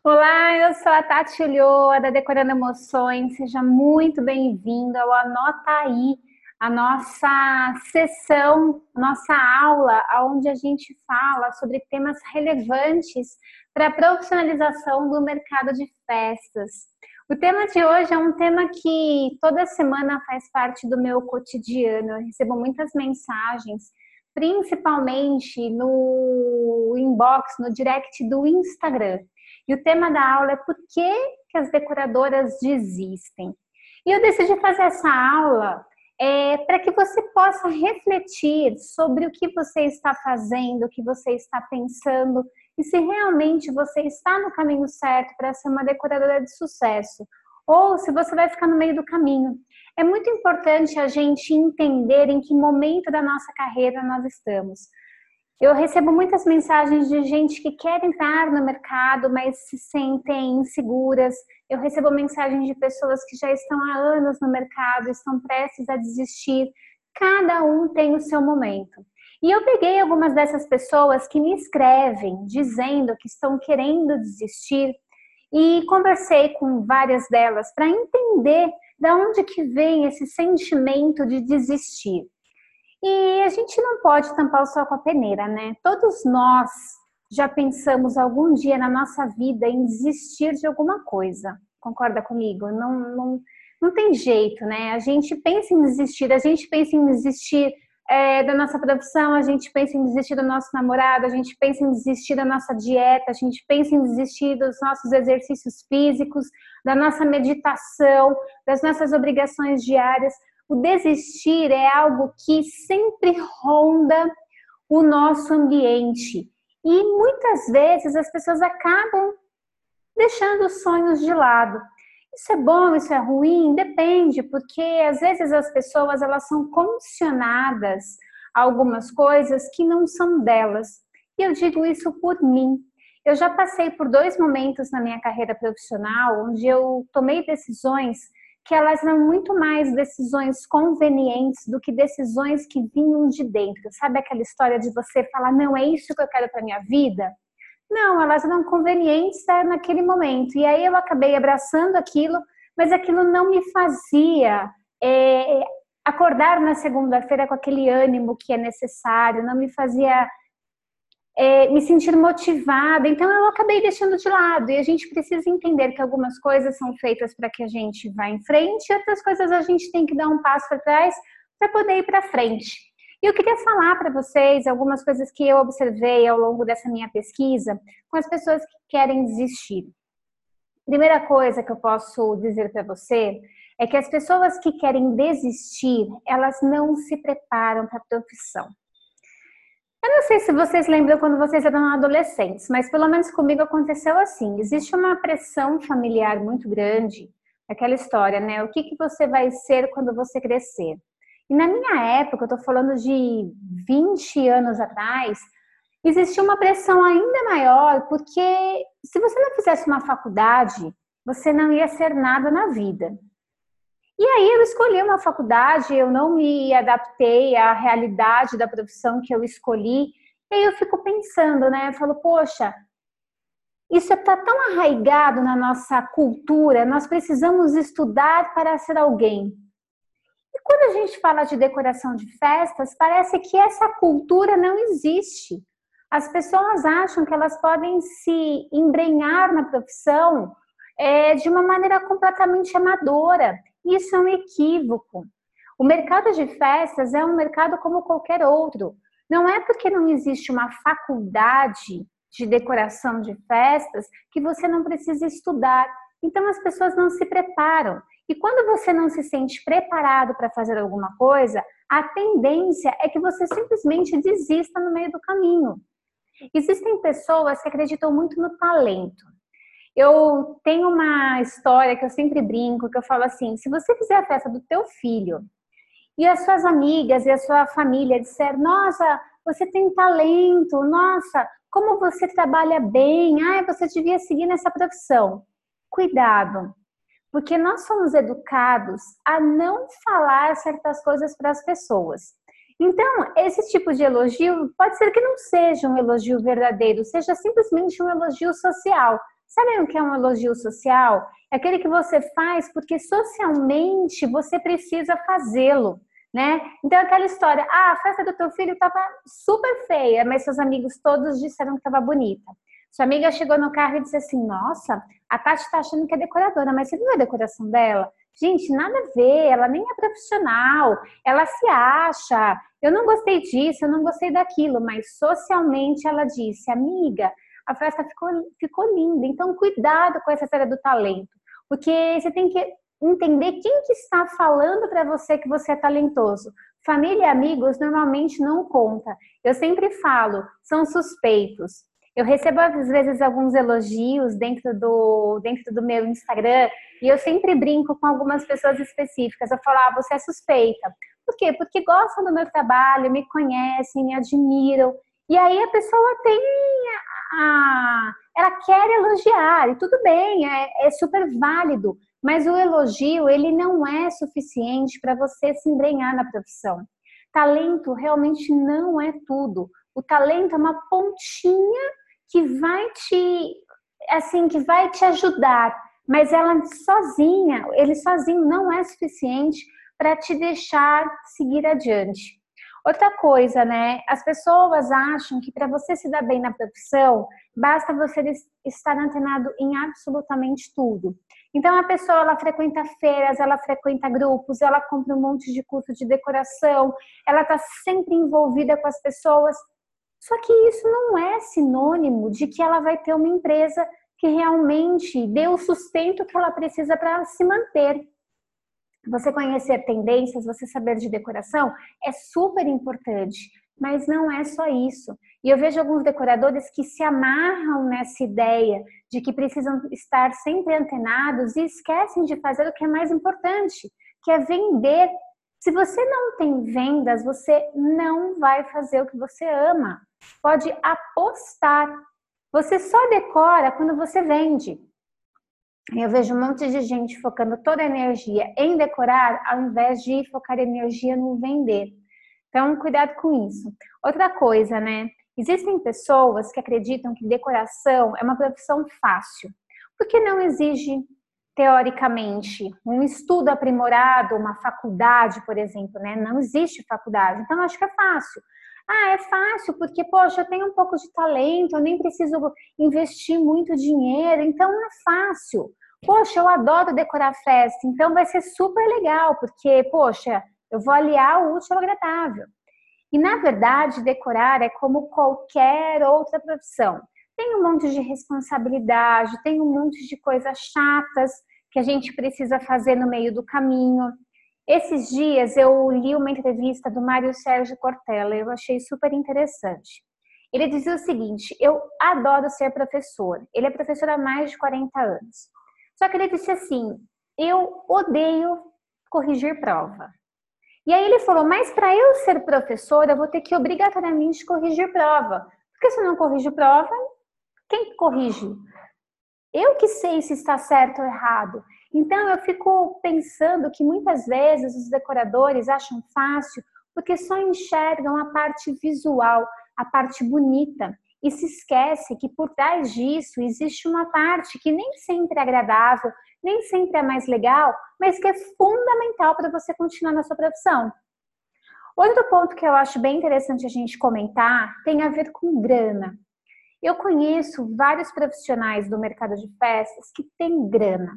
Olá, eu sou a Tati Ulloa, da Decorando Emoções. Seja muito bem-vindo ao Anota Aí, a nossa sessão, nossa aula, onde a gente fala sobre temas relevantes para a profissionalização do mercado de festas. O tema de hoje é um tema que toda semana faz parte do meu cotidiano. Eu recebo muitas mensagens, principalmente no inbox, no direct do Instagram. E o tema da aula é por que as decoradoras desistem. E eu decidi fazer essa aula para que você possa refletir sobre o que você está fazendo, o que você está pensando e se realmente você está no caminho certo para ser uma decoradora de sucesso ou se você vai ficar no meio do caminho. É muito importante a gente entender em que momento da nossa carreira nós estamos. Eu recebo muitas mensagens de gente que quer entrar no mercado, mas se sentem inseguras. Eu recebo mensagens de pessoas que já estão há anos no mercado, estão prestes a desistir. Cada um tem o seu momento. E eu peguei algumas dessas pessoas que me escrevem dizendo que estão querendo desistir e conversei com várias delas para entender de onde que vem esse sentimento de desistir. E a gente não pode tampar o sol com a peneira, né? Todos nós já pensamos algum dia na nossa vida em desistir de alguma coisa. Concorda comigo? Não tem jeito, né? A gente pensa em desistir, da nossa profissão, a gente pensa em desistir do nosso namorado, a gente pensa em desistir da nossa dieta, a gente pensa em desistir dos nossos exercícios físicos, da nossa meditação, das nossas obrigações diárias. O desistir é algo que sempre ronda o nosso ambiente. E muitas vezes as pessoas acabam deixando os sonhos de lado. Isso é bom, isso é ruim? Depende, porque às vezes as pessoas elas são condicionadas a algumas coisas que não são delas. E eu digo isso por mim. Eu já passei por 2 momentos na minha carreira profissional onde eu tomei decisões que elas eram muito mais decisões convenientes do que decisões que vinham de dentro. Sabe aquela história de você falar, não, é isso que eu quero para minha vida? Não, elas eram convenientes naquele momento. E aí eu acabei abraçando aquilo, mas aquilo não me fazia acordar na segunda-feira com aquele ânimo que é necessário, não me fazia me sentir motivada, então eu acabei deixando de lado. E a gente precisa entender que algumas coisas são feitas para que a gente vá em frente, e outras coisas a gente tem que dar um passo para trás para poder ir para frente. E eu queria falar para vocês algumas coisas que eu observei ao longo dessa minha pesquisa com as pessoas que querem desistir. Primeira coisa que eu posso dizer para você é que as pessoas que querem desistir, elas não se preparam para a profissão. Eu não sei se vocês lembram quando vocês eram adolescentes, mas pelo menos comigo aconteceu assim. Existe uma pressão familiar muito grande, aquela história, né? O que você vai ser quando você crescer? E na minha época, eu tô falando de 20 anos atrás, existia uma pressão ainda maior, porque se você não fizesse uma faculdade, você não ia ser nada na vida. E aí eu escolhi uma faculdade, eu não me adaptei à realidade da profissão que eu escolhi. E aí eu fico pensando, né? Eu falo, poxa, isso está tão arraigado na nossa cultura, nós precisamos estudar para ser alguém. E quando a gente fala de decoração de festas, parece que essa cultura não existe. As pessoas acham que elas podem se embrenhar na profissão de uma maneira completamente amadora. Isso é um equívoco. O mercado de festas é um mercado como qualquer outro. Não é porque não existe uma faculdade de decoração de festas que você não precisa estudar. Então as pessoas não se preparam. E quando você não se sente preparado para fazer alguma coisa, a tendência é que você simplesmente desista no meio do caminho. Existem pessoas que acreditam muito no talento. Eu tenho uma história que eu sempre brinco, que eu falo assim, se você fizer a festa do teu filho e as suas amigas e a sua família disser, nossa, você tem talento, nossa, como você trabalha bem, você devia seguir nessa profissão. Cuidado, porque nós somos educados a não falar certas coisas para as pessoas. Então, esse tipo de elogio pode ser que não seja um elogio verdadeiro, seja simplesmente um elogio social. Sabe o que é um elogio social? É aquele que você faz porque socialmente você precisa fazê-lo, né? Então aquela história, a festa do teu filho estava super feia, mas seus amigos todos disseram que estava bonita. Sua amiga chegou no carro e disse assim, nossa, a Tati está achando que é decoradora, mas você viu a decoração dela? Gente, nada a ver, ela nem é profissional, ela se acha, eu não gostei disso, eu não gostei daquilo, mas socialmente ela disse, amiga, a festa ficou linda, então cuidado com essa história do talento, porque você tem que entender quem que está falando para você que você é talentoso. Família e amigos normalmente não conta. Eu sempre falo, são suspeitos. Eu recebo às vezes alguns elogios dentro do meu Instagram e eu sempre brinco com algumas pessoas específicas. Eu falo, você é suspeita. Por quê? Porque gostam do meu trabalho, me conhecem, me admiram. E aí a pessoa tem ela quer elogiar, e tudo bem, é super válido, mas o elogio, ele não é suficiente para você se embrenhar na profissão. Talento realmente não é tudo. O talento é uma pontinha que vai te ajudar, mas ele sozinho não é suficiente para te deixar seguir adiante. Outra coisa, né? As pessoas acham que para você se dar bem na profissão, basta você estar antenado em absolutamente tudo. Então a pessoa, ela frequenta feiras, ela frequenta grupos, ela compra um monte de curso de decoração, ela está sempre envolvida com as pessoas. Só que isso não é sinônimo de que ela vai ter uma empresa que realmente dê o sustento que ela precisa para se manter. Você conhecer tendências, você saber de decoração é super importante, mas não é só isso. E eu vejo alguns decoradores que se amarram nessa ideia de que precisam estar sempre antenados e esquecem de fazer o que é mais importante, que é vender. Se você não tem vendas, você não vai fazer o que você ama. Pode apostar. Você só decora quando você vende. Eu vejo um monte de gente focando toda a energia em decorar, ao invés de focar energia no vender. Então, cuidado com isso. Outra coisa, né? Existem pessoas que acreditam que decoração é uma profissão fácil, porque não exige, teoricamente, um estudo aprimorado, uma faculdade, por exemplo, né? Não existe faculdade, então acho que é fácil. É fácil porque, poxa, eu tenho um pouco de talento, eu nem preciso investir muito dinheiro, então é fácil. Poxa, eu adoro decorar festa, então vai ser super legal, porque, poxa, eu vou aliar o útil ao agradável. E, na verdade, decorar é como qualquer outra profissão. Tem um monte de responsabilidade, tem um monte de coisas chatas que a gente precisa fazer no meio do caminho. Esses dias eu li uma entrevista do Mário Sérgio Cortella, eu achei super interessante. Ele dizia o seguinte, eu adoro ser professor, ele é professor há mais de 40 anos. Só que ele disse assim, eu odeio corrigir prova. E aí ele falou, mas para eu ser professor, eu vou ter que obrigatoriamente corrigir prova. Porque se eu não corrijo prova, quem corrige? Eu que sei se está certo ou errado. Então eu fico pensando que muitas vezes os decoradores acham fácil porque só enxergam a parte visual, a parte bonita, e se esquece que por trás disso existe uma parte que nem sempre é agradável, nem sempre é mais legal, mas que é fundamental para você continuar na sua profissão. Outro ponto que eu acho bem interessante a gente comentar tem a ver com grana. Eu conheço vários profissionais do mercado de festas que têm grana.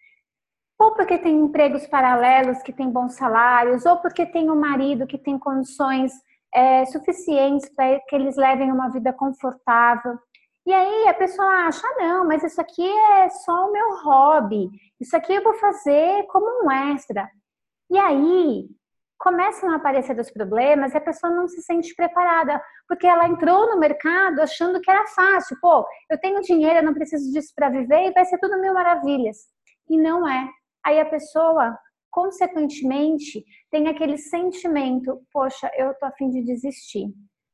Ou porque tem empregos paralelos que têm bons salários, ou porque tem um marido que tem condições suficientes para que eles levem uma vida confortável. E aí a pessoa acha, não, mas isso aqui é só o meu hobby, isso aqui eu vou fazer como um extra. E aí começam a aparecer os problemas e a pessoa não se sente preparada, porque ela entrou no mercado achando que era fácil. Pô, eu tenho dinheiro, eu não preciso disso para viver e vai ser tudo mil maravilhas. E não é. Aí a pessoa, consequentemente, tem aquele sentimento, poxa, eu tô a fim de desistir.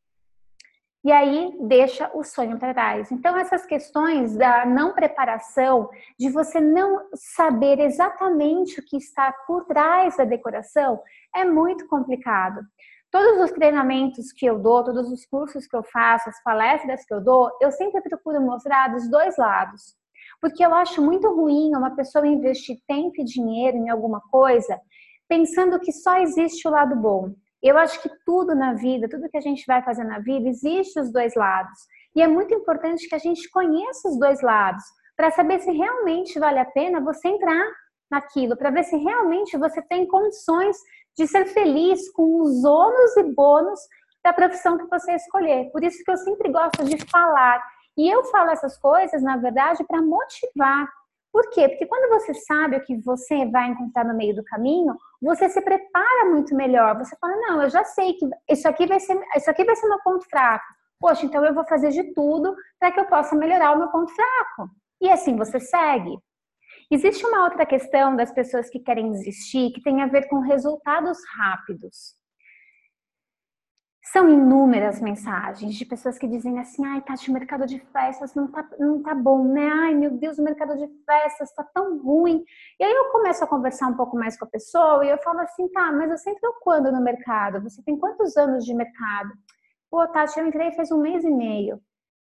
E aí deixa o sonho para trás. Então essas questões da não preparação, de você não saber exatamente o que está por trás da decoração, é muito complicado. Todos os treinamentos que eu dou, todos os cursos que eu faço, as palestras que eu dou, eu sempre procuro mostrar dos dois lados. Porque eu acho muito ruim uma pessoa investir tempo e dinheiro em alguma coisa pensando que só existe o lado bom. Eu acho que tudo na vida, tudo que a gente vai fazer na vida, existe os dois lados. E é muito importante que a gente conheça os dois lados, para saber se realmente vale a pena você entrar naquilo, para ver se realmente você tem condições de ser feliz com os ônus e bônus da profissão que você escolher. Por isso que eu sempre gosto de falar. E eu falo essas coisas, na verdade, para motivar. Por quê? Porque quando você sabe o que você vai encontrar no meio do caminho, você se prepara muito melhor. Você fala, não, eu já sei que isso aqui vai ser meu ponto fraco. Poxa, então eu vou fazer de tudo para que eu possa melhorar o meu ponto fraco. E assim você segue. Existe uma outra questão das pessoas que querem desistir, que tem a ver com resultados rápidos. São inúmeras mensagens de pessoas que dizem assim, ai, Tati, o mercado de festas não tá bom, né? Ai, meu Deus, o mercado de festas tá tão ruim. E aí eu começo a conversar um pouco mais com a pessoa e eu falo assim, tá, mas você entrou quando no mercado? Você tem quantos anos de mercado? Pô, Tati, eu entrei faz 1 mês e meio.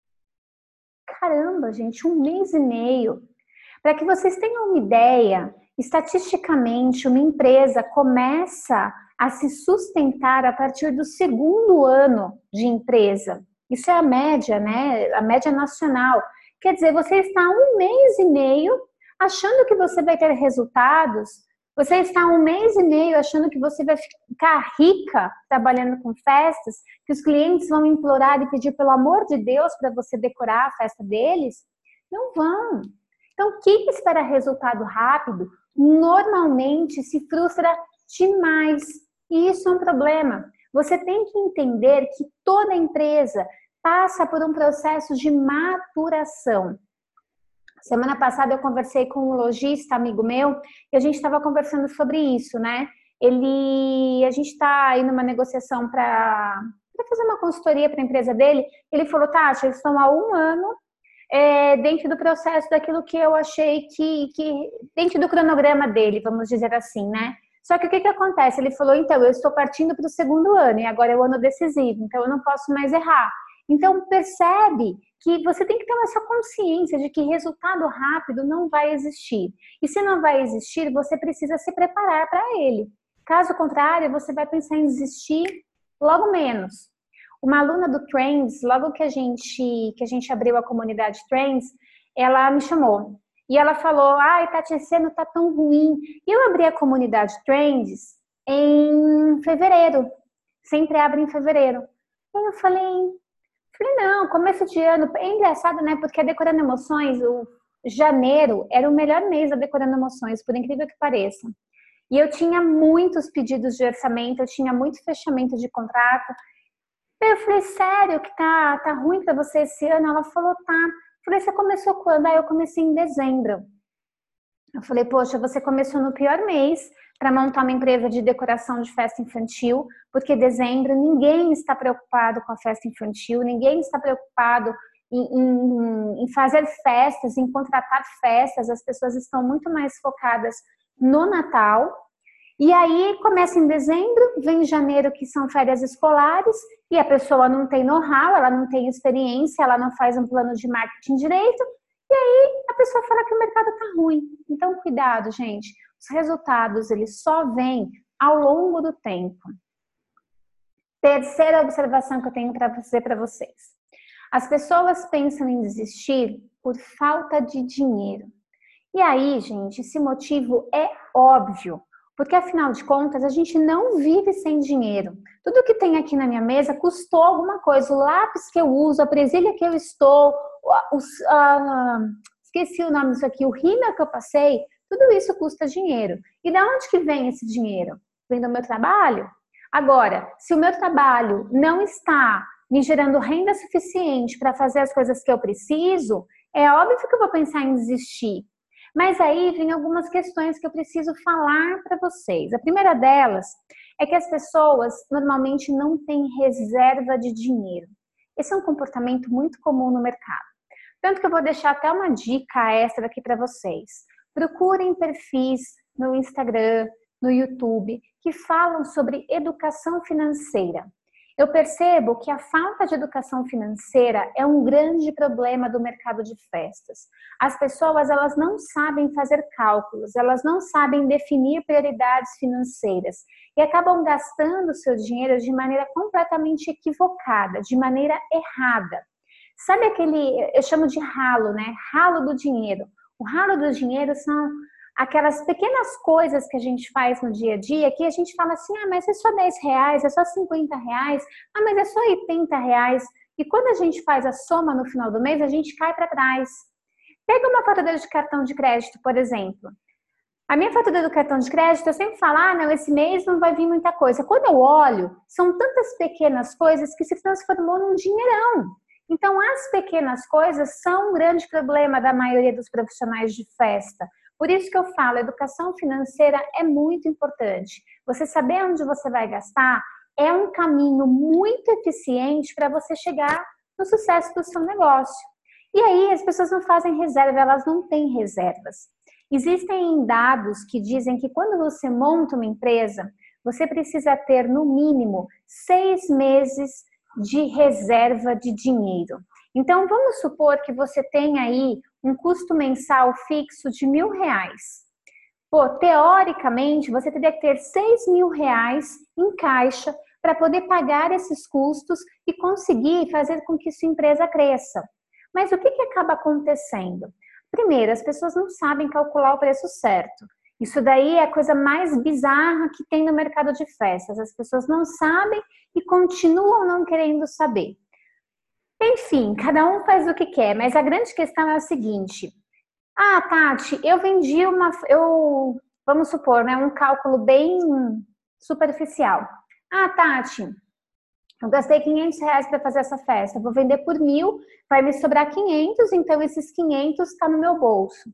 Caramba, gente, 1 mês e meio. Para que vocês tenham uma ideia, estatisticamente, uma empresa começa a se sustentar a partir do segundo ano de empresa. Isso é a média, né? A média nacional. Quer dizer, você está 1 mês e meio achando que você vai ter resultados, você está 1 mês e meio achando que você vai ficar rica trabalhando com festas, que os clientes vão implorar e pedir pelo amor de Deus para você decorar a festa deles. Não vão. Então, quem espera resultado rápido normalmente se frustra demais. E isso é um problema. Você tem que entender que toda empresa passa por um processo de maturação. Semana passada eu conversei com um lojista, amigo meu, e a gente estava conversando sobre isso, né? A gente está aí numa negociação para fazer uma consultoria para a empresa dele. Ele falou, Tati, eles estão há 1 ano dentro do processo daquilo que eu achei que dentro do cronograma dele, vamos dizer assim, né? Só que o que acontece? Ele falou, então, eu estou partindo para o segundo ano e agora é o ano decisivo, então eu não posso mais errar. Então, percebe que você tem que ter essa consciência de que resultado rápido não vai existir. E se não vai existir, você precisa se preparar para ele. Caso contrário, você vai pensar em desistir logo menos. Uma aluna do Trends, logo que a gente abriu a comunidade Trends, ela me chamou. E ela falou, ai, Tati, esse ano tá tão ruim. E eu abri a comunidade Trends em fevereiro. Sempre abre em fevereiro. E eu falei, não, começo de ano. É engraçado, né? Porque a Decorando Emoções, o janeiro, era o melhor mês da Decorando Emoções, por incrível que pareça. E eu tinha muitos pedidos de orçamento, eu tinha muito fechamento de contrato. Eu falei, sério, que tá ruim pra você esse ano? Ela falou, tá. Eu falei, você começou quando? Aí eu comecei em dezembro. Eu falei, poxa, você começou no pior mês para montar uma empresa de decoração de festa infantil, porque dezembro ninguém está preocupado com a festa infantil, ninguém está preocupado em fazer festas, em contratar festas, as pessoas estão muito mais focadas no Natal. E aí começa em dezembro, vem janeiro, que são férias escolares, e a pessoa não tem know-how, ela não tem experiência, ela não faz um plano de marketing direito, e aí a pessoa fala que o mercado tá ruim. Então, cuidado, gente. Os resultados, eles só vêm ao longo do tempo. Terceira observação que eu tenho para fazer para vocês. As pessoas pensam em desistir por falta de dinheiro. E aí, gente, esse motivo é óbvio. Porque, afinal de contas, a gente não vive sem dinheiro. Tudo que tem aqui na minha mesa custou alguma coisa. O lápis que eu uso, a presilha que eu estou, esqueci o nome disso aqui, o rímel que eu passei, tudo isso custa dinheiro. E de onde que vem esse dinheiro? Vem do meu trabalho? Agora, se o meu trabalho não está me gerando renda suficiente para fazer as coisas que eu preciso, é óbvio que eu vou pensar em desistir. Mas aí vem algumas questões que eu preciso falar para vocês. A primeira delas é que as pessoas normalmente não têm reserva de dinheiro. Esse é um comportamento muito comum no mercado. Tanto que eu vou deixar até uma dica extra aqui para vocês. Procurem perfis no Instagram, no YouTube, que falam sobre educação financeira. Eu percebo que a falta de educação financeira é um grande problema do mercado de festas. As pessoas, elas não sabem fazer cálculos, elas não sabem definir prioridades financeiras e acabam gastando seu dinheiro de maneira completamente equivocada, de maneira errada. Sabe aquele, eu chamo de ralo, né? Ralo do dinheiro. O ralo do dinheiro são aquelas pequenas coisas que a gente faz no dia a dia, que a gente fala assim, ah, mas é só R$10, é só R$50, ah, mas é só R$80. E quando a gente faz a soma no final do mês, a gente cai para trás. Pega uma fatura de cartão de crédito, por exemplo. A minha fatura do cartão de crédito, eu sempre falo, ah, não, esse mês não vai vir muita coisa. Quando eu olho, são tantas pequenas coisas que se transformou num dinheirão. Então, as pequenas coisas são um grande problema da maioria dos profissionais de festa. Por isso que eu falo, educação financeira é muito importante. Você saber onde você vai gastar é um caminho muito eficiente para você chegar no sucesso do seu negócio. E aí, as pessoas não fazem reserva, elas não têm reservas. Existem dados que dizem que quando você monta uma empresa, você precisa ter, no mínimo, 6 meses de reserva de dinheiro. Então, vamos supor que você tem aí um custo mensal fixo de R$1.000. Pô, teoricamente, você teria que ter R$6.000 em caixa para poder pagar esses custos e conseguir fazer com que sua empresa cresça. Mas o que acaba acontecendo? Primeiro, as pessoas não sabem calcular o preço certo. Isso daí é a coisa mais bizarra que tem no mercado de festas. As pessoas não sabem e continuam não querendo saber. Enfim, cada um faz o que quer, mas a grande questão é o seguinte. Ah, Tati, eu vendi vamos supor, né, um cálculo bem superficial. Ah, Tati, eu gastei R$500 para fazer essa festa, vou vender por 1.000, vai me sobrar 500, então esses 500 está no meu bolso.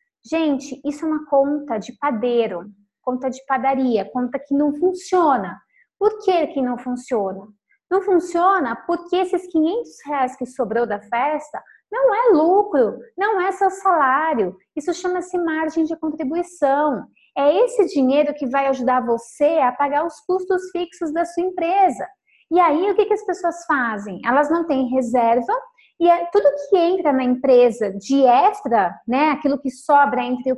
Gente, isso é uma conta de padeiro, conta de padaria, conta que não funciona. Por que não funciona? Não funciona porque esses R$500 que sobrou da festa não é lucro, não é seu salário. Isso chama-se margem de contribuição. É esse dinheiro que vai ajudar você a pagar os custos fixos da sua empresa. E aí, o que as pessoas fazem? Elas não têm reserva e tudo que entra na empresa de extra, né, aquilo que sobra entre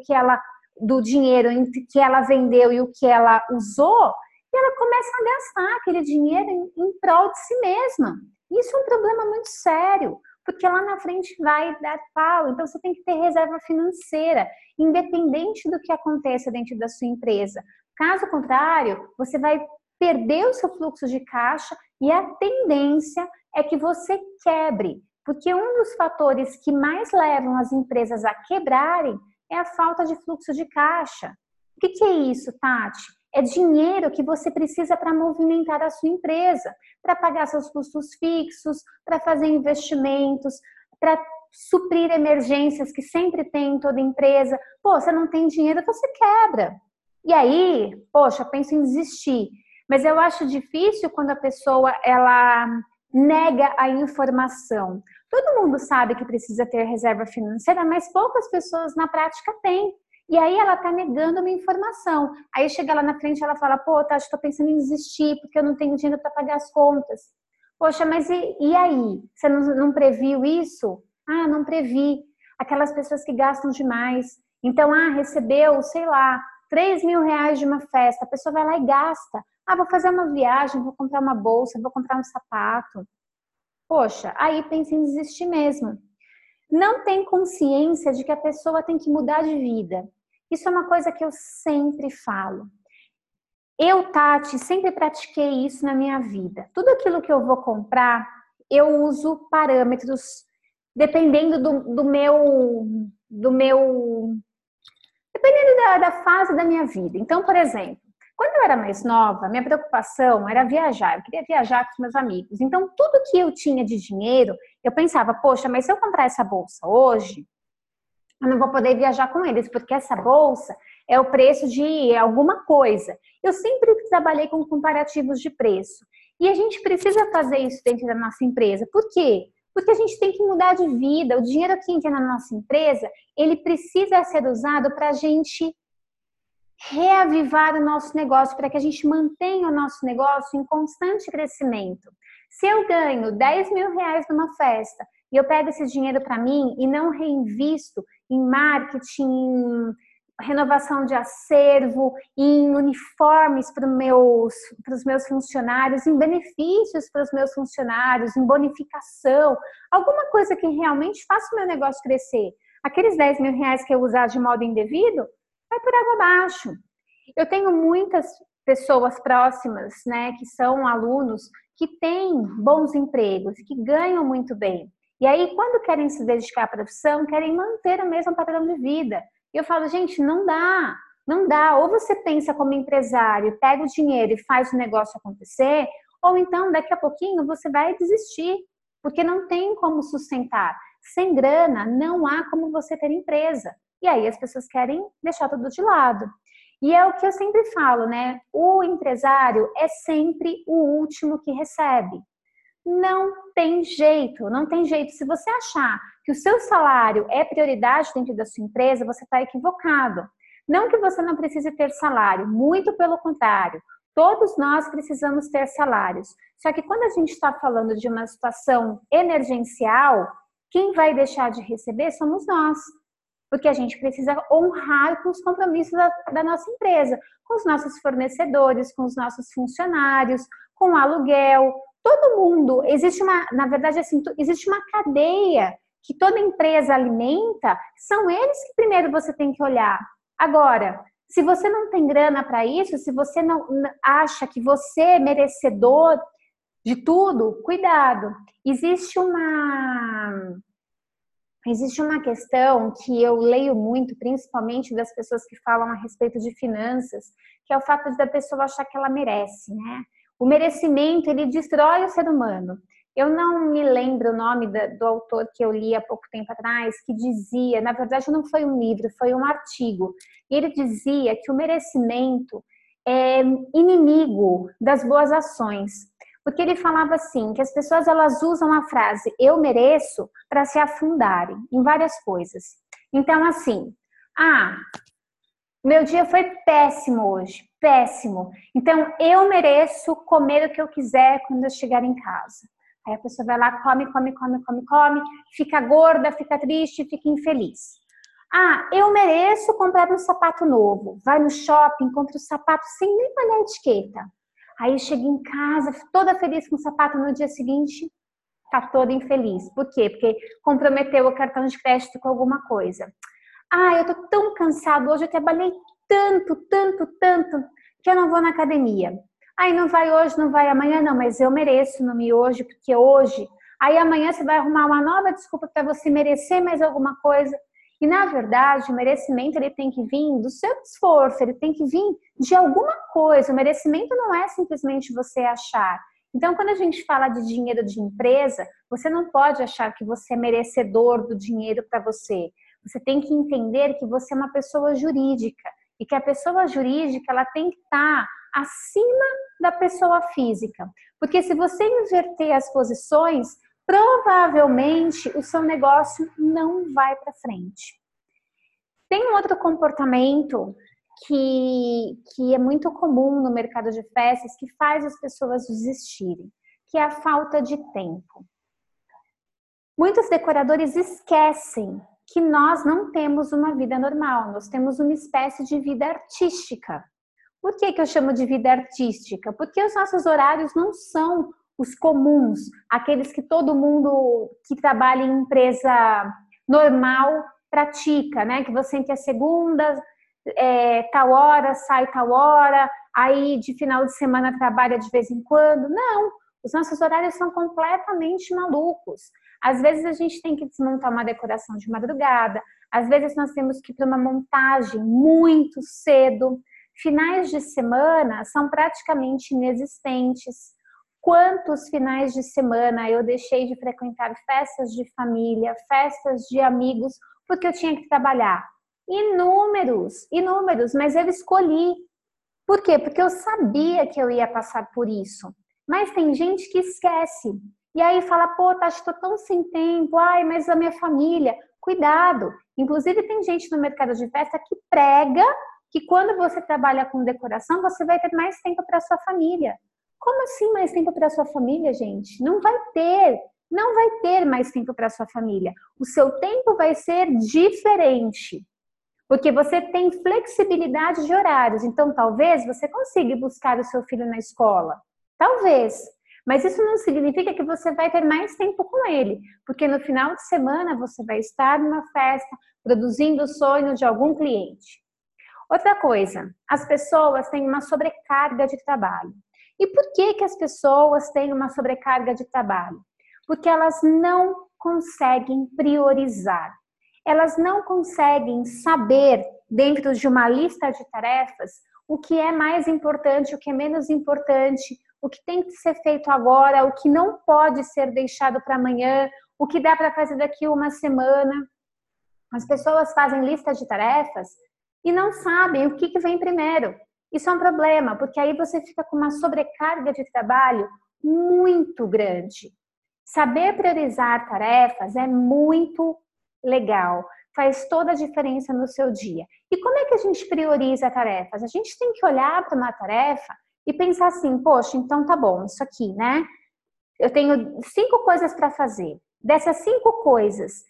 do dinheiro entre que ela vendeu e o que ela usou, e ela começa a gastar aquele dinheiro em prol de si mesma. Isso é um problema muito sério, porque lá na frente vai dar pau. Então, você tem que ter reserva financeira, independente do que aconteça dentro da sua empresa. Caso contrário, você vai perder o seu fluxo de caixa e a tendência é que você quebre. Porque um dos fatores que mais levam as empresas a quebrarem é a falta de fluxo de caixa. O que é isso, Tati? É dinheiro que você precisa para movimentar a sua empresa, para pagar seus custos fixos, para fazer investimentos, para suprir emergências que sempre tem em toda empresa. Pô, você não tem dinheiro, você quebra. E aí, poxa, penso em desistir. Mas eu acho difícil quando a pessoa, ela nega a informação. Todo mundo sabe que precisa ter reserva financeira, mas poucas pessoas na prática têm. E aí ela tá negando uma informação. Aí chega lá na frente e ela fala, pô, Tati, tô pensando em desistir porque eu não tenho dinheiro para pagar as contas. Poxa, mas e aí? Você não previu isso? Ah, não previ. Aquelas pessoas que gastam demais. Então, recebeu, sei lá, R$3.000 de uma festa. A pessoa vai lá e gasta. Ah, vou fazer uma viagem, vou comprar uma bolsa, vou comprar um sapato. Poxa, aí pensa em desistir mesmo. Não tem consciência de que a pessoa tem que mudar de vida. Isso é uma coisa que eu sempre falo. Eu, Tati, sempre pratiquei isso na minha vida. Tudo aquilo que eu vou comprar, eu uso parâmetros dependendo do meu dependendo da fase da minha vida. Então, por exemplo, quando eu era mais nova, minha preocupação era viajar. Eu queria viajar com os meus amigos. Então, tudo que eu tinha de dinheiro, eu pensava, poxa, mas se eu comprar essa bolsa hoje, eu não vou poder viajar com eles, porque essa bolsa é o preço de alguma coisa. Eu sempre trabalhei com comparativos de preço. E a gente precisa fazer isso dentro da nossa empresa. Por quê? Porque a gente tem que mudar de vida. O dinheiro que entra na nossa empresa, ele precisa ser usado para a gente reavivar o nosso negócio, para que a gente mantenha o nosso negócio em constante crescimento. Se eu ganho 10 mil reais numa festa e eu pego esse dinheiro para mim e não reinvisto em marketing, renovação de acervo, em uniformes para os meus funcionários, em benefícios para os meus funcionários, em bonificação, alguma coisa que realmente faça o meu negócio crescer. Aqueles 10 mil reais que eu usar de modo indevido, vai por água abaixo. Eu tenho muitas pessoas próximas, né, que são alunos, que têm bons empregos, que ganham muito bem. E aí, quando querem se dedicar à profissão, querem manter o mesmo padrão de vida. E eu falo, gente, não dá, não dá. Ou você pensa como empresário, pega o dinheiro e faz o negócio acontecer, ou então, daqui a pouquinho, você vai desistir, porque não tem como sustentar. Sem grana, não há como você ter empresa. E aí as pessoas querem deixar tudo de lado. E é o que eu sempre falo, né? O empresário é sempre o último que recebe. Não tem jeito, não tem jeito. Se você achar que o seu salário é prioridade dentro da sua empresa, você está equivocado. Não que você não precise ter salário, muito pelo contrário. Todos nós precisamos ter salários. Só que quando a gente está falando de uma situação emergencial, quem vai deixar de receber somos nós. Porque a gente precisa honrar com os compromissos da nossa empresa, com os nossos fornecedores, com os nossos funcionários, com o aluguel. Todo mundo, na verdade, assim, existe uma cadeia que toda empresa alimenta, são eles que primeiro você tem que olhar. Agora, se você não tem grana para isso, se você não acha que você é merecedor de tudo, cuidado. Existe uma questão que eu leio muito, principalmente das pessoas que falam a respeito de finanças, que é o fato da pessoa achar que ela merece, né? O merecimento, ele destrói o ser humano. Eu não me lembro o nome do autor que eu li há pouco tempo atrás, que dizia, na verdade não foi um livro, foi um artigo, e ele dizia que o merecimento é inimigo das boas ações. Porque ele falava assim, que as pessoas elas usam a frase eu mereço para se afundarem em várias coisas. Então, assim, meu dia foi péssimo hoje, péssimo. Então, eu mereço comer o que eu quiser quando eu chegar em casa. Aí a pessoa vai lá, come, fica gorda, fica triste, fica infeliz. Eu mereço comprar um sapato novo. Vai no shopping, compra o sapato sem nem olhar a etiqueta. Aí chega em casa, toda feliz com o sapato, no dia seguinte, tá toda infeliz. Por quê? Porque comprometeu o cartão de crédito com alguma coisa. Eu tô tão cansado hoje, eu trabalhei tanto, que eu não vou na academia. Não vai hoje, não vai amanhã, não, mas eu mereço no miojo, porque hoje. Aí amanhã você vai arrumar uma nova desculpa para você merecer mais alguma coisa. E, na verdade, o merecimento ele tem que vir do seu esforço, ele tem que vir de alguma coisa. O merecimento não é simplesmente você achar. Então, quando a gente fala de dinheiro de empresa, você não pode achar que você é merecedor do dinheiro para você. Você tem que entender que você é uma pessoa jurídica e que a pessoa jurídica ela tem que estar acima da pessoa física. Porque se você inverter as posições, provavelmente o seu negócio não vai para frente. Tem um outro comportamento que é muito comum no mercado de festas, que faz as pessoas desistirem, que é a falta de tempo. Muitos decoradores esquecem que nós não temos uma vida normal, nós temos uma espécie de vida artística. Por que eu chamo de vida artística? Porque os nossos horários não são os comuns, aqueles que todo mundo que trabalha em empresa normal pratica, né? Que você entra segunda, tal hora, sai tal hora, aí de final de semana trabalha de vez em quando. Não, os nossos horários são completamente malucos. Às vezes a gente tem que desmontar uma decoração de madrugada, às vezes nós temos que ir para uma montagem muito cedo. Finais de semana são praticamente inexistentes. Quantos finais de semana eu deixei de frequentar festas de família, festas de amigos, porque eu tinha que trabalhar? Inúmeros, mas eu escolhi. Por quê? Porque eu sabia que eu ia passar por isso. Mas tem gente que esquece. E aí fala, pô, Tati, estou tão sem tempo, mas a minha família. Cuidado. Inclusive tem gente no mercado de festa que prega que quando você trabalha com decoração, você vai ter mais tempo para sua família. Como assim mais tempo para sua família, gente? Não vai ter mais tempo para sua família. O seu tempo vai ser diferente, porque você tem flexibilidade de horários. Então, talvez você consiga buscar o seu filho na escola. Talvez. Mas isso não significa que você vai ter mais tempo com ele, porque no final de semana você vai estar numa festa, produzindo o sonho de algum cliente. Outra coisa, as pessoas têm uma sobrecarga de trabalho. E por que as pessoas têm uma sobrecarga de trabalho? Porque elas não conseguem priorizar. Elas não conseguem saber, dentro de uma lista de tarefas, o que é mais importante, o que é menos importante, o que tem que ser feito agora, o que não pode ser deixado para amanhã, o que dá para fazer daqui uma semana. As pessoas fazem lista de tarefas e não sabem o que vem primeiro. Isso é um problema, porque aí você fica com uma sobrecarga de trabalho muito grande. Saber priorizar tarefas é muito legal, faz toda a diferença no seu dia. E como é que a gente prioriza tarefas? A gente tem que olhar para uma tarefa e pensar assim, poxa, então tá bom, isso aqui, né? Eu tenho 5 coisas para fazer. Dessas 5 coisas,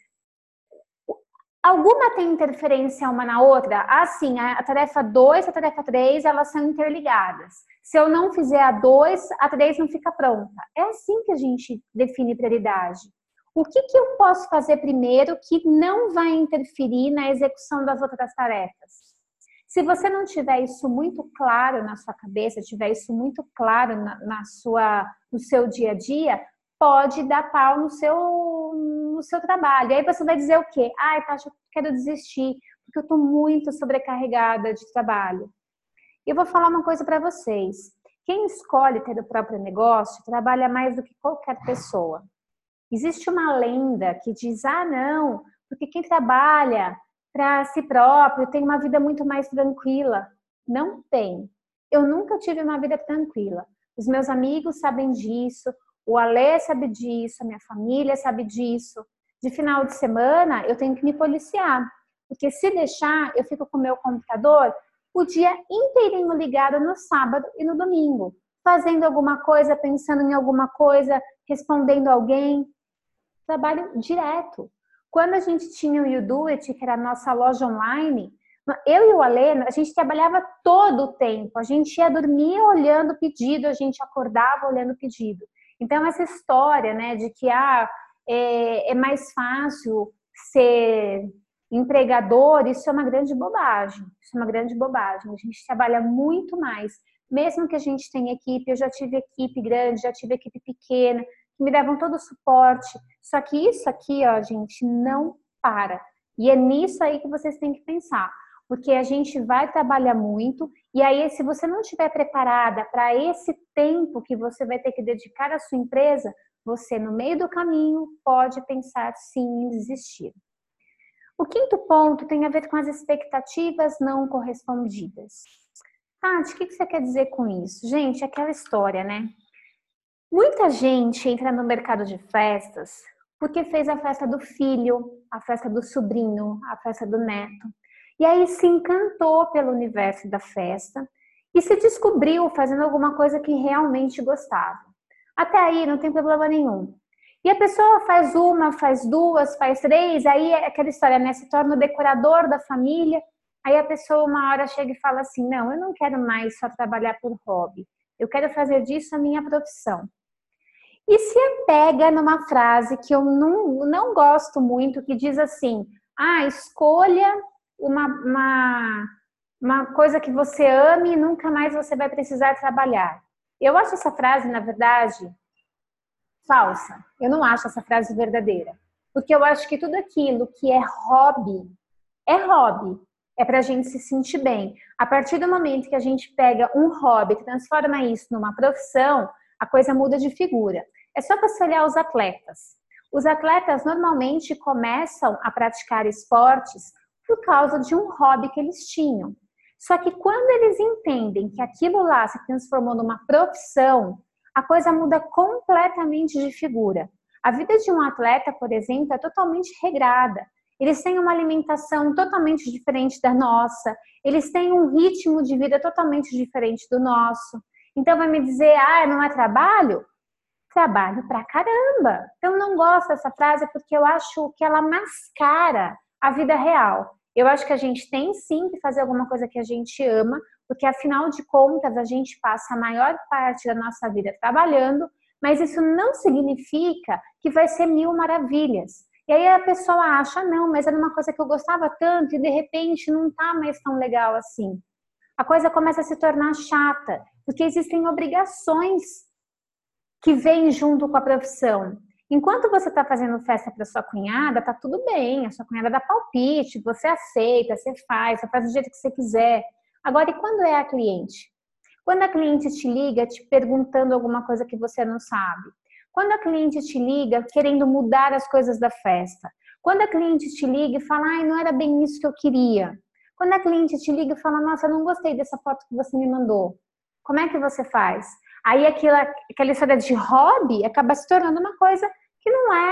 alguma tem interferência uma na outra? Assim, a tarefa 2 e a tarefa 3, elas são interligadas. Se eu não fizer a 2, a 3 não fica pronta. É assim que a gente define prioridade. O que eu posso fazer primeiro que não vai interferir na execução das outras tarefas? Se você não tiver isso muito claro na sua cabeça, tiver isso muito claro no seu dia a dia, pode dar pau no seu trabalho. Aí você vai dizer o quê? Tati, eu quero desistir, porque eu estou muito sobrecarregada de trabalho. E eu vou falar uma coisa para vocês. Quem escolhe ter o próprio negócio trabalha mais do que qualquer pessoa. Existe uma lenda que diz, não, porque quem trabalha para si próprio tem uma vida muito mais tranquila. Não tem. Eu nunca tive uma vida tranquila. Os meus amigos sabem disso, o Alê sabe disso, a minha família sabe disso. De final de semana, eu tenho que me policiar. Porque se deixar, eu fico com o meu computador o dia inteirinho ligado no sábado e no domingo. Fazendo alguma coisa, pensando em alguma coisa, respondendo alguém. Trabalho direto. Quando a gente tinha o YouDoIt, que era a nossa loja online, eu e o Alê, a gente trabalhava todo o tempo. A gente ia dormir olhando o pedido, a gente acordava olhando o pedido. Então, essa história, né, de que é mais fácil ser empregador, isso é uma grande bobagem. Isso é uma grande bobagem. A gente trabalha muito mais. Mesmo que a gente tenha equipe, eu já tive equipe grande, já tive equipe pequena, que me davam todo o suporte. Só que isso aqui, ó, gente, não para. E é nisso aí que vocês têm que pensar. Porque a gente vai trabalhar muito, e aí se você não estiver preparada para esse tempo que você vai ter que dedicar à sua empresa, você no meio do caminho pode pensar sim em desistir. O 5º ponto tem a ver com as expectativas não correspondidas. Tati, o que você quer dizer com isso? Gente, aquela história, né? Muita gente entra no mercado de festas porque fez a festa do filho, a festa do sobrinho, a festa do neto. E aí se encantou pelo universo da festa e se descobriu fazendo alguma coisa que realmente gostava. Até aí não tem problema nenhum. E a pessoa faz uma, faz 2, faz 3, aí é aquela história, né? Se torna o decorador da família. Aí a pessoa uma hora chega e fala assim, não, eu não quero mais só trabalhar por hobby. Eu quero fazer disso a minha profissão. E se apega numa frase que eu não gosto muito, que diz assim, escolha uma coisa que você ame e nunca mais você vai precisar trabalhar. Eu acho essa frase, na verdade, falsa. Eu não acho essa frase verdadeira. Porque eu acho que tudo aquilo que é hobby. É para a gente se sentir bem. A partir do momento que a gente pega um hobby e transforma isso numa profissão, a coisa muda de figura. É só você olhar os atletas. Os atletas normalmente começam a praticar esportes por causa de um hobby que eles tinham. Só que quando eles entendem que aquilo lá se transformou numa profissão, a coisa muda completamente de figura. A vida de um atleta, por exemplo, é totalmente regrada. eles têm uma alimentação totalmente diferente da nossa, eles têm um ritmo de vida totalmente diferente do nosso. Então vai me dizer, não é trabalho? Trabalho pra caramba. Então não gosto dessa frase porque eu acho que ela mascara a vida real. Eu acho que a gente tem sim que fazer alguma coisa que a gente ama, porque afinal de contas a gente passa a maior parte da nossa vida trabalhando, mas isso não significa que vai ser mil maravilhas. E aí a pessoa acha, não, mas era uma coisa que eu gostava tanto e de repente não tá mais tão legal assim. A coisa começa a se tornar chata, porque existem obrigações que vêm junto com a profissão. Enquanto você está fazendo festa para sua cunhada, tá tudo bem, a sua cunhada dá palpite, você aceita, você faz do jeito que você quiser. Agora, e quando é a cliente? Quando a cliente te liga te perguntando alguma coisa que você não sabe. Quando a cliente te liga querendo mudar as coisas da festa. Quando a cliente te liga e fala, não era bem isso que eu queria. Quando a cliente te liga e fala, nossa, eu não gostei dessa foto que você me mandou. Como é que você faz? Aí aquela história de hobby acaba se tornando uma coisa que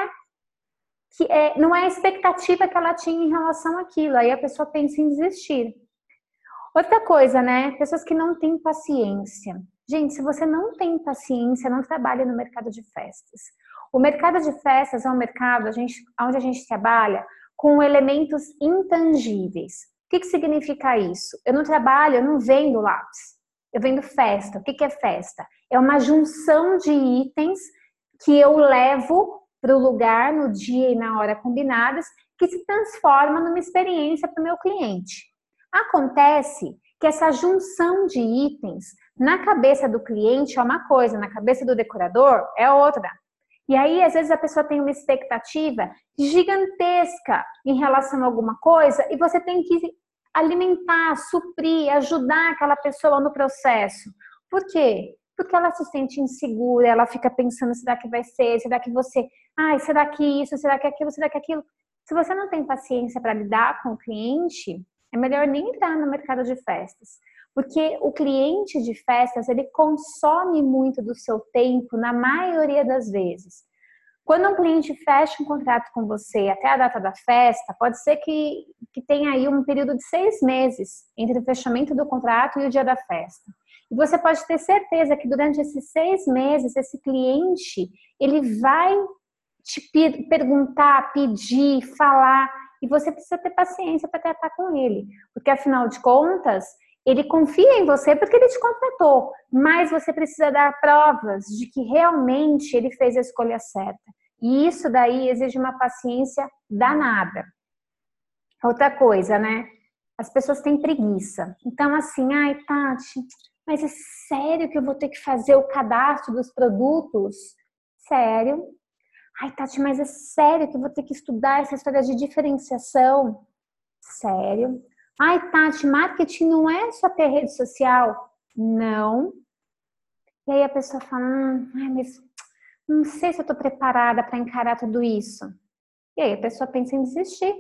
não é a expectativa que ela tinha em relação àquilo. Aí a pessoa pensa em desistir. Outra coisa, né? Pessoas que não têm paciência. Gente, se você não tem paciência, não trabalha no mercado de festas. O mercado de festas é um mercado onde a gente trabalha com elementos intangíveis. O que significa isso? Eu não vendo lápis. Eu vendo festa. O que é festa? É uma junção de itens que eu levo para o lugar no dia e na hora combinadas, que se transforma numa experiência para o meu cliente. Acontece que essa junção de itens na cabeça do cliente é uma coisa, na cabeça do decorador é outra. E aí, às vezes, a pessoa tem uma expectativa gigantesca em relação a alguma coisa e você tem que alimentar, suprir, ajudar aquela pessoa no processo. Por quê? Porque ela se sente insegura, ela fica pensando, será que vai ser, será que você, será que isso, será que aquilo, será que aquilo. Se você não tem paciência para lidar com o cliente, é melhor nem entrar no mercado de festas. Porque o cliente de festas, ele consome muito do seu tempo na maioria das vezes. Quando um cliente fecha um contrato com você até a data da festa, pode ser que tenha aí um período de 6 meses entre o fechamento do contrato e o dia da festa. E você pode ter certeza que durante esses 6 meses, esse cliente, ele vai te perguntar, pedir, falar, e você precisa ter paciência para tratar com ele. Porque, afinal de contas, ele confia em você porque ele te contratou, mas você precisa dar provas de que realmente ele fez a escolha certa. E isso daí exige uma paciência danada. Outra coisa, né? As pessoas têm preguiça. Então, assim, Tati, mas é sério que eu vou ter que fazer o cadastro dos produtos? Sério? Tati, mas é sério que eu vou ter que estudar essa história de diferenciação? Sério? Tati, marketing não é só ter rede social? Não. E aí a pessoa fala, mas não sei se eu estou preparada para encarar tudo isso. E aí a pessoa pensa em desistir.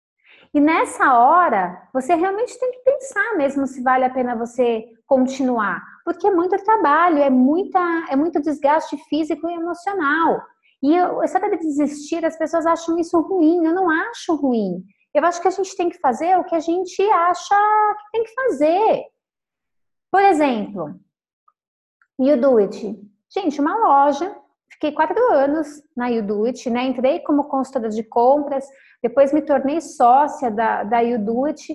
E nessa hora, você realmente tem que pensar mesmo se vale a pena você continuar. Porque é muito trabalho, é muito desgaste físico e emocional. E sabe, de desistir, as pessoas acham isso ruim. Eu não acho ruim. Eu acho que a gente tem que fazer o que a gente acha que tem que fazer. Por exemplo, You Do It. Gente, uma loja. Fiquei 4 anos na You Do It, né? Entrei como consultora de compras, depois me tornei sócia da You Do It.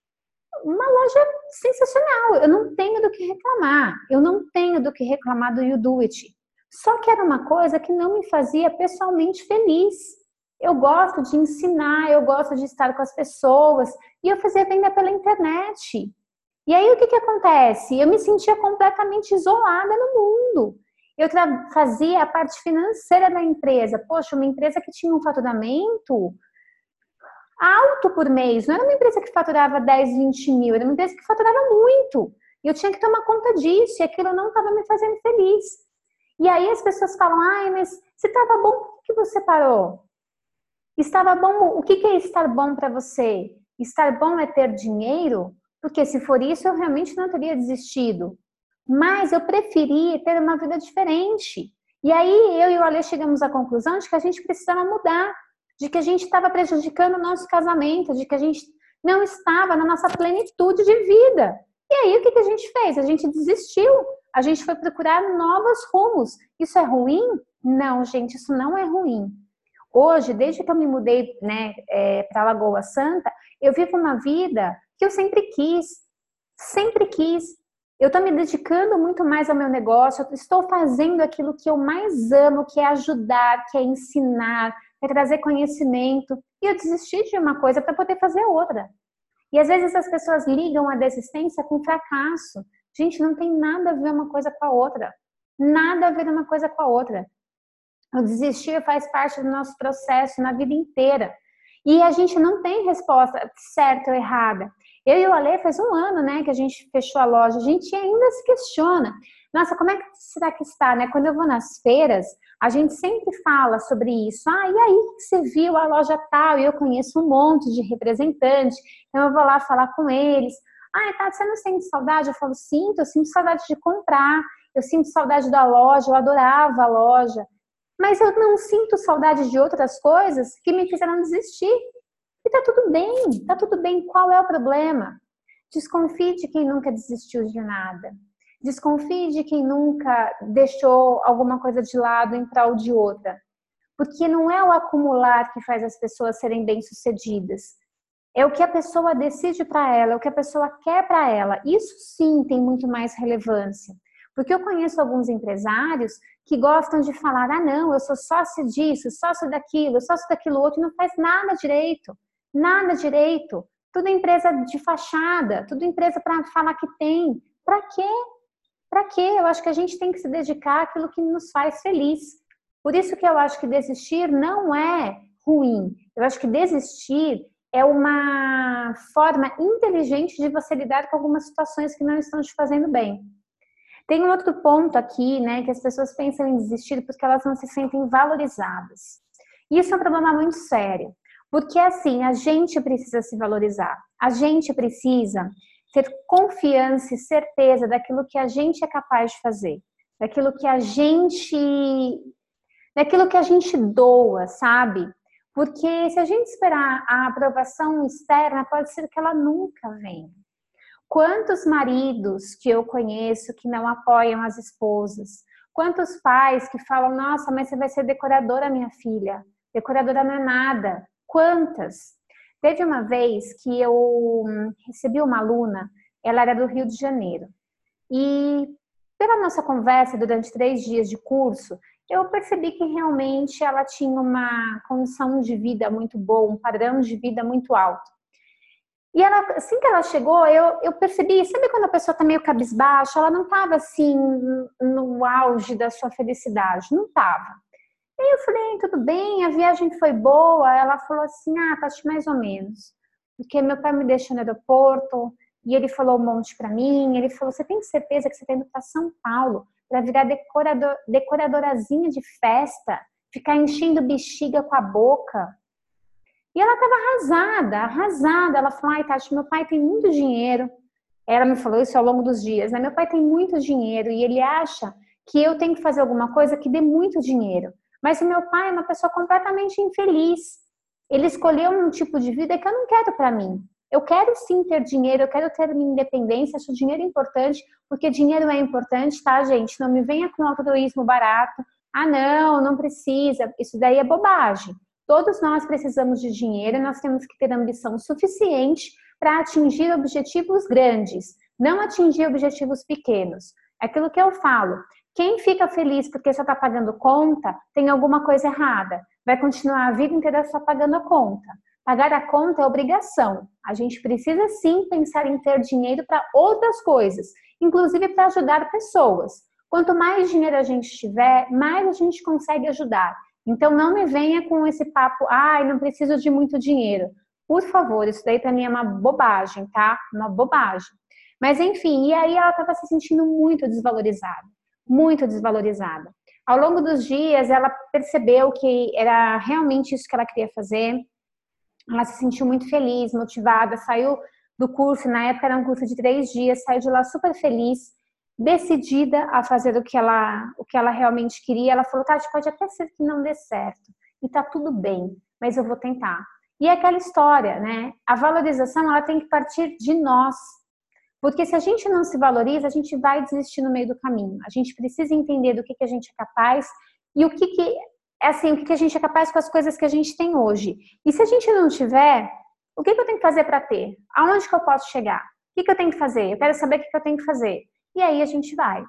Uma loja sensacional. Eu não tenho do que reclamar. Eu não tenho do que reclamar do You Do It. Só que era uma coisa que não me fazia pessoalmente feliz. Eu gosto de ensinar, eu gosto de estar com as pessoas. E eu fazia venda pela internet. E aí o que acontece? Eu me sentia completamente isolada no mundo. Eu fazia a parte financeira da empresa. Poxa, uma empresa que tinha um faturamento alto por mês. Não era uma empresa que faturava 10, 20 mil. Era uma empresa que faturava muito. E eu tinha que tomar conta disso. E aquilo não estava me fazendo feliz. E aí as pessoas falam, mas se estava bom, por que você parou? Estava bom, o que é estar bom para você? Estar bom é ter dinheiro? Porque se for isso, eu realmente não teria desistido. Mas eu preferi ter uma vida diferente. E aí eu e o Ale chegamos à conclusão de que a gente precisava mudar. de que a gente estava prejudicando o nosso casamento, de que a gente não estava na nossa plenitude de vida. E aí, o que a gente fez? A gente desistiu. A gente foi procurar novos rumos. Isso é ruim? Não, gente, isso não é ruim. Hoje, desde que eu me mudei, né, para Lagoa Santa, eu vivo uma vida que eu sempre quis. Sempre quis. Eu estou me dedicando muito mais ao meu negócio, eu estou fazendo aquilo que eu mais amo, que é ajudar, que é ensinar, é trazer conhecimento. E eu desisti de uma coisa para poder fazer outra. E às vezes as pessoas ligam a desistência com fracasso. Gente, não tem nada a ver uma coisa com a outra. Nada a ver uma coisa com a outra. O desistir faz parte do nosso processo na vida inteira. E a gente não tem resposta certa ou errada. Eu e o Ale faz um ano, né, que a gente fechou a loja. A gente ainda se questiona. Nossa, como é que será que está, né? Quando eu vou nas feiras, a gente sempre fala sobre isso. Ah, e aí que você viu a loja tal? E eu conheço um monte de representantes. Então eu vou lá falar com eles. Ah, tá, você não sente saudade? Eu falo, sinto, eu sinto saudade de comprar. Eu sinto saudade da loja, eu adorava a loja. Mas eu não sinto saudade de outras coisas que me fizeram desistir. E tá tudo bem, tá tudo bem. Qual é o problema? Desconfie de quem nunca desistiu de nada. Desconfie de quem nunca deixou alguma coisa de lado em prol de outra. Porque não é o acumular que faz as pessoas serem bem-sucedidas. É o que a pessoa decide para ela, é o que a pessoa quer para ela. Isso sim tem muito mais relevância. Porque eu conheço alguns empresários que gostam de falar, ah não, eu sou sócio disso, sócio daquilo outro, e não faz nada direito. Nada direito. Tudo empresa de fachada, tudo empresa para falar que tem. Para quê? Para quê? Eu acho que a gente tem que se dedicar àquilo que nos faz feliz. Por isso que eu acho que desistir não é ruim. Eu acho que desistir é uma forma inteligente de você lidar com algumas situações que não estão te fazendo bem. Tem um outro ponto aqui, né, que as pessoas pensam em desistir porque elas não se sentem valorizadas. Isso é um problema muito sério, porque assim, a gente precisa se valorizar, a gente precisa ter confiança e certeza daquilo que a gente é capaz de fazer, daquilo que a gente doa, sabe? Porque se a gente esperar a aprovação externa, pode ser que ela nunca venha. Quantos maridos que eu conheço que não apoiam as esposas? Quantos pais que falam, nossa, mas você vai ser decoradora, minha filha. Decoradora não é nada. Quantas? Teve uma vez que eu recebi uma aluna, ela era do Rio de Janeiro. E pela nossa conversa durante 3 dias de curso, eu percebi que realmente ela tinha uma condição de vida muito boa, um padrão de vida muito alto. E ela, assim que ela chegou, eu percebi, sabe quando a pessoa tá meio cabisbaixa? Ela não estava assim no auge da sua felicidade, não estava. E aí eu falei, tudo bem, a viagem foi boa. Ela falou assim, Tati, mais ou menos. Porque meu pai me deixou no aeroporto e ele falou um monte para mim. Ele falou, você tem certeza que você está indo para São Paulo para virar decoradorazinha de festa, ficar enchendo bexiga com a boca? E ela estava arrasada, arrasada. Ela falou, ai, Tati, meu pai tem muito dinheiro. Ela me falou isso ao longo dos dias, né? Meu pai tem muito dinheiro e ele acha que eu tenho que fazer alguma coisa que dê muito dinheiro. Mas o meu pai é uma pessoa completamente infeliz. Ele escolheu um tipo de vida que eu não quero para mim. Eu quero sim ter dinheiro, eu quero ter minha independência, acho dinheiro importante, porque dinheiro é importante, tá, gente? Não me venha com altruísmo barato. Ah, não, não precisa. Isso daí é bobagem. Todos nós precisamos de dinheiro, nós temos que ter ambição suficiente para atingir objetivos grandes, não atingir objetivos pequenos. É aquilo que eu falo, quem fica feliz porque só está pagando conta, tem alguma coisa errada. Vai continuar a vida inteira só pagando a conta. Pagar a conta é obrigação. A gente precisa sim pensar em ter dinheiro para outras coisas, inclusive para ajudar pessoas. Quanto mais dinheiro a gente tiver, mais a gente consegue ajudar. Então, não me venha com esse papo, não preciso de muito dinheiro. Por favor, isso daí para mim é uma bobagem, tá? Uma bobagem. Mas, enfim, e aí ela estava se sentindo muito desvalorizada. Muito desvalorizada. Ao longo dos dias, ela percebeu que era realmente isso que ela queria fazer. Ela se sentiu muito feliz, motivada, saiu do curso, na época era um curso de 3 dias, saiu de lá super feliz, decidida a fazer o que ela realmente queria. Ela falou, Tati, pode até ser que não dê certo, e tá tudo bem, mas eu vou tentar. E é aquela história, né? A valorização, ela tem que partir de nós. Porque se a gente não se valoriza, a gente vai desistir no meio do caminho. A gente precisa entender do que a gente é capaz e o que a gente é capaz com as coisas que a gente tem hoje. E se a gente não tiver, o que eu tenho que fazer para ter? Aonde que eu posso chegar? O que eu tenho que fazer? Eu quero saber o que eu tenho que fazer. E aí a gente vai.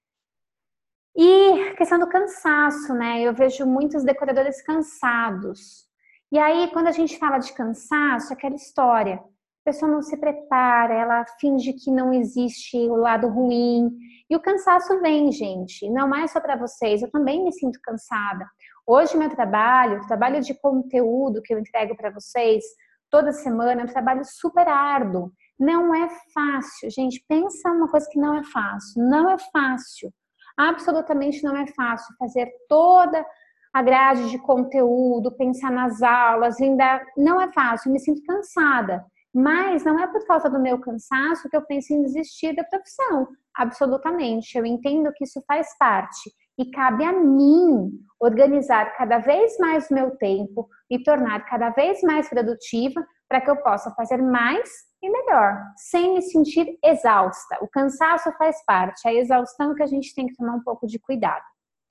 E a questão do cansaço, né? Eu vejo muitos decoradores cansados. E aí, quando a gente fala de cansaço, é aquela história. A pessoa não se prepara, ela finge que não existe o lado ruim. E o cansaço vem, gente. Não é só para vocês, eu também me sinto cansada. Hoje, meu trabalho, o trabalho de conteúdo que eu entrego para vocês toda semana, é um trabalho super árduo. Não é fácil, gente. Pensa uma coisa que não é fácil. Não é fácil. Absolutamente não é fácil fazer toda a grade de conteúdo, pensar nas aulas, ainda não é fácil, eu me sinto cansada. Mas não é por causa do meu cansaço que eu penso em desistir da profissão. Absolutamente, eu entendo que isso faz parte. E cabe a mim organizar cada vez mais o meu tempo e tornar cada vez mais produtiva para que eu possa fazer mais e melhor, sem me sentir exausta. O cansaço faz parte, a exaustão que a gente tem que tomar um pouco de cuidado.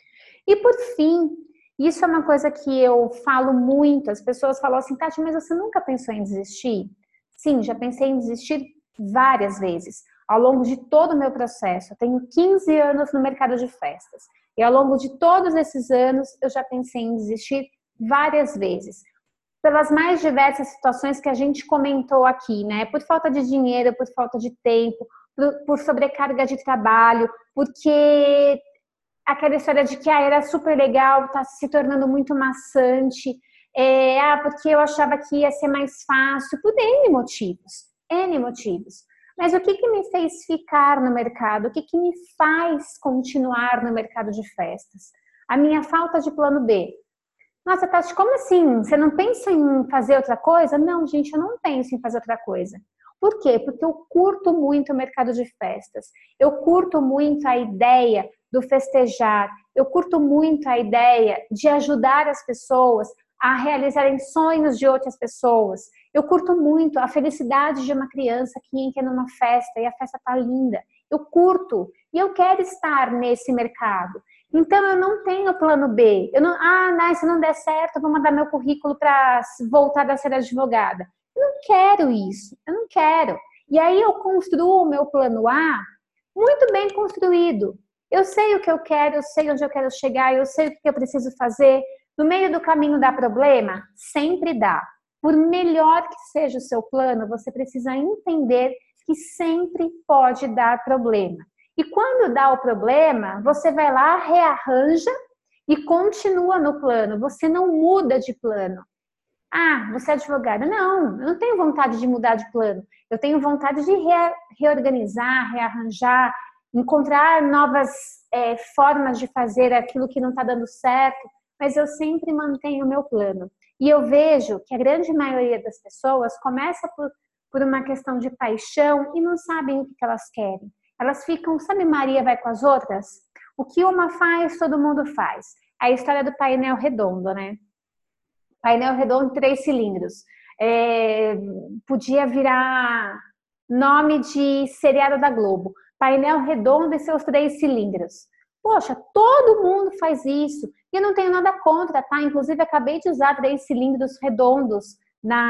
E por fim, isso é uma coisa que eu falo muito, as pessoas falam assim, Tati, mas você nunca pensou em desistir? Sim, já pensei em desistir várias vezes, ao longo de todo o meu processo. Eu tenho 15 anos no mercado de festas, e ao longo de todos esses anos, eu já pensei em desistir várias vezes. Pelas mais diversas situações que a gente comentou aqui, né? Por falta de dinheiro, por falta de tempo, por sobrecarga de trabalho, porque aquela história de que era super legal, está se tornando muito maçante, porque eu achava que ia ser mais fácil, por N motivos, N motivos. Mas o que me fez ficar no mercado? O que me faz continuar no mercado de festas? A minha falta de plano B. Nossa, Tati, como assim? Você não pensa em fazer outra coisa? Não, gente, eu não penso em fazer outra coisa. Por quê? Porque eu curto muito o mercado de festas. Eu curto muito a ideia do festejar. Eu curto muito a ideia de ajudar as pessoas a realizarem sonhos de outras pessoas. Eu curto muito a felicidade de uma criança que entra numa festa e a festa tá linda. Eu curto e eu quero estar nesse mercado. Então, eu não tenho plano B. Eu não, se não der certo, eu vou mandar meu currículo para voltar a ser advogada. Eu não quero isso. Eu não quero. E aí, eu construo o meu plano A muito bem construído. Eu sei o que eu quero, eu sei onde eu quero chegar, eu sei o que eu preciso fazer. No meio do caminho dá problema? Sempre dá. Por melhor que seja o seu plano, você precisa entender que sempre pode dar problema. E quando dá o problema, você vai lá, rearranja e continua no plano. Você não muda de plano. Você é advogada? Não, eu não tenho vontade de mudar de plano. Eu tenho vontade de reorganizar, rearranjar, encontrar novas formas de fazer aquilo que não está dando certo, mas eu sempre mantenho o meu plano. E eu vejo que a grande maioria das pessoas começa por uma questão de paixão e não sabem o que elas querem. Elas ficam, sabe, Maria vai com as outras? O que uma faz, todo mundo faz. A história do painel redondo, né? Painel redondo, 3 cilindros. Podia virar nome de seriado da Globo. Painel redondo e seus 3 cilindros. Poxa, todo mundo faz isso. E eu não tenho nada contra, tá? Inclusive, acabei de usar 3 cilindros redondos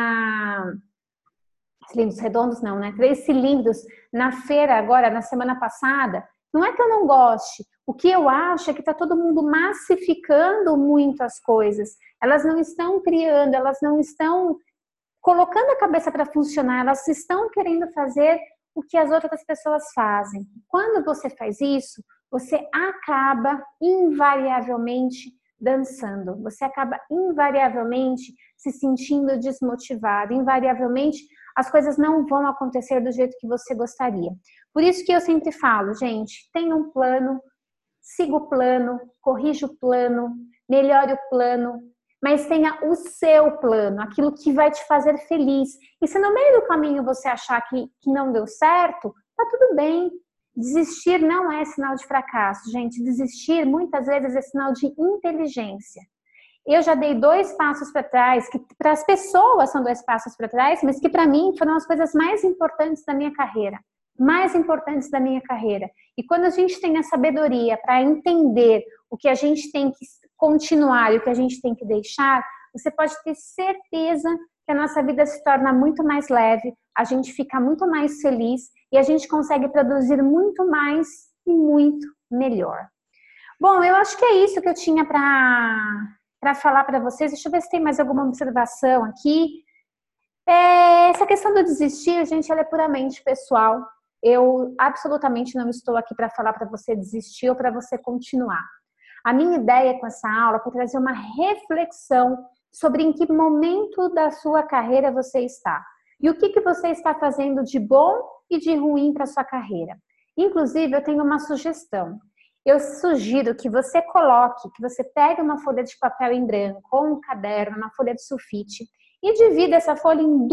cilindros redondos não, né? 3 cilindros na feira agora, na semana passada. Não é que eu não goste. O que eu acho é que está todo mundo massificando muito as coisas. Elas não estão criando, elas não estão colocando a cabeça para funcionar, elas estão querendo fazer o que as outras pessoas fazem. Quando você faz isso, você acaba invariavelmente dançando. Você acaba invariavelmente se sentindo desmotivado, invariavelmente as coisas não vão acontecer do jeito que você gostaria. Por isso que eu sempre falo, gente, tenha um plano, siga o plano, corrija o plano, melhore o plano, mas tenha o seu plano, aquilo que vai te fazer feliz. E se no meio do caminho você achar que não deu certo, tá tudo bem. Desistir não é sinal de fracasso, gente. Desistir muitas vezes é sinal de inteligência. eu já dei 2 passos para trás, que para as pessoas são 2 passos para trás, mas que para mim foram as coisas mais importantes da minha carreira. Mais importantes da minha carreira. E quando a gente tem a sabedoria para entender o que a gente tem que continuar e o que a gente tem que deixar, você pode ter certeza que a nossa vida se torna muito mais leve, a gente fica muito mais feliz e a gente consegue produzir muito mais e muito melhor. Bom, eu acho que é isso que eu tinha para falar para vocês. Deixa eu ver se tem mais alguma observação aqui. Essa questão do desistir, gente, ela é puramente pessoal. Eu absolutamente não estou aqui para falar para você desistir ou para você continuar. A minha ideia com essa aula foi trazer uma reflexão sobre em que momento da sua carreira você está. E o que você está fazendo de bom e de ruim para a sua carreira. Inclusive, eu tenho uma sugestão. Eu sugiro que você coloque, que você pegue uma folha de papel em branco ou um caderno, uma folha de sulfite e divida essa folha em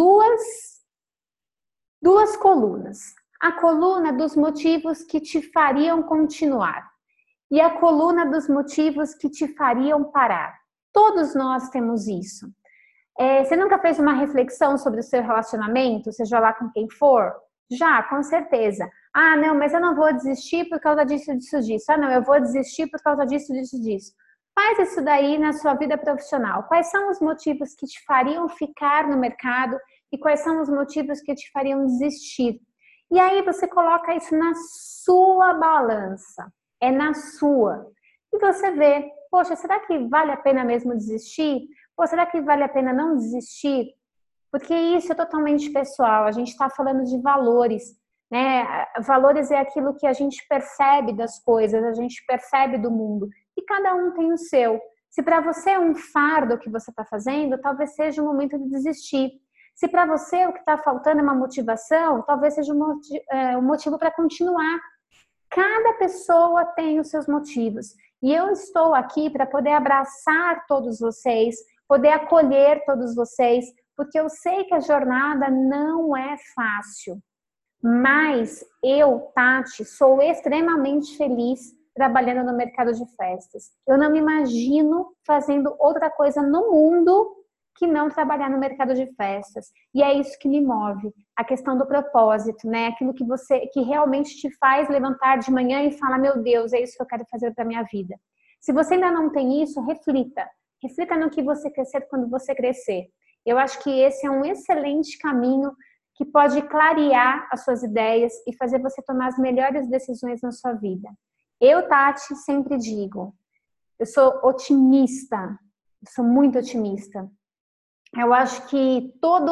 duas colunas. A coluna dos motivos que te fariam continuar e a coluna dos motivos que te fariam parar. Todos nós temos isso. Você nunca fez uma reflexão sobre o seu relacionamento, seja lá com quem for? Já, com certeza. Ah, não, mas eu não vou desistir por causa disso, disso, disso. Ah, não, eu vou desistir por causa disso, disso, disso. Faz isso daí na sua vida profissional. Quais são os motivos que te fariam ficar no mercado e quais são os motivos que te fariam desistir? E aí você coloca isso na sua balança. É na sua. E você vê, poxa, será que vale a pena mesmo desistir? Ou será que vale a pena não desistir? Porque isso é totalmente pessoal. A gente está falando de valores, né? Valores é aquilo que a gente percebe das coisas, a gente percebe do mundo. E cada um tem o seu. Se para você é um fardo o que você está fazendo, talvez seja o momento de desistir. Se para você o que está faltando é uma motivação, talvez seja um motivo para continuar. Cada pessoa tem os seus motivos. E eu estou aqui para poder abraçar todos vocês, poder acolher todos vocês, porque eu sei que a jornada não é fácil. Mas eu, Tati, sou extremamente feliz trabalhando no mercado de festas. Eu não me imagino fazendo outra coisa no mundo que não trabalhar no mercado de festas. E é isso que me move, a questão do propósito, né? Aquilo que realmente te faz levantar de manhã e falar, meu Deus, é isso que eu quero fazer para minha vida. Se você ainda não tem isso, reflita. Reflita no que você quer ser quando você crescer. Eu acho que esse é um excelente caminho que pode clarear as suas ideias e fazer você tomar as melhores decisões na sua vida. Eu, Tati, sempre digo, eu sou otimista, eu sou muito otimista. Eu acho que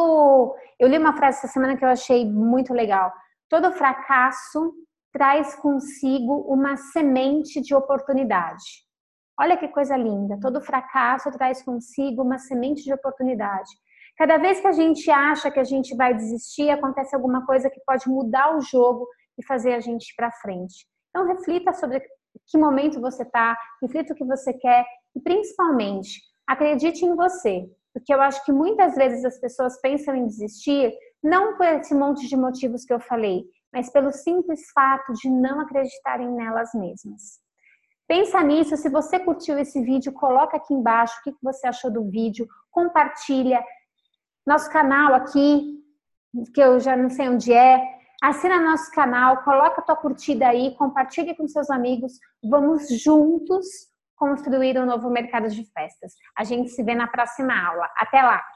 eu li uma frase essa semana que eu achei muito legal. Todo fracasso traz consigo uma semente de oportunidade. Olha que coisa linda. Todo fracasso traz consigo uma semente de oportunidade. Cada vez que a gente acha que a gente vai desistir, acontece alguma coisa que pode mudar o jogo e fazer a gente ir para frente. Então, reflita sobre que momento você está, reflita o que você quer e, principalmente, acredite em você. Porque eu acho que muitas vezes as pessoas pensam em desistir, não por esse monte de motivos que eu falei, mas pelo simples fato de não acreditarem nelas mesmas. Pensa nisso, se você curtiu esse vídeo, coloca aqui embaixo o que você achou do vídeo, compartilha. Nosso canal aqui, que eu já não sei onde é, assina nosso canal, coloca a tua curtida aí, compartilha com seus amigos, vamos juntos construir um novo mercado de festas. A gente se vê na próxima aula. Até lá!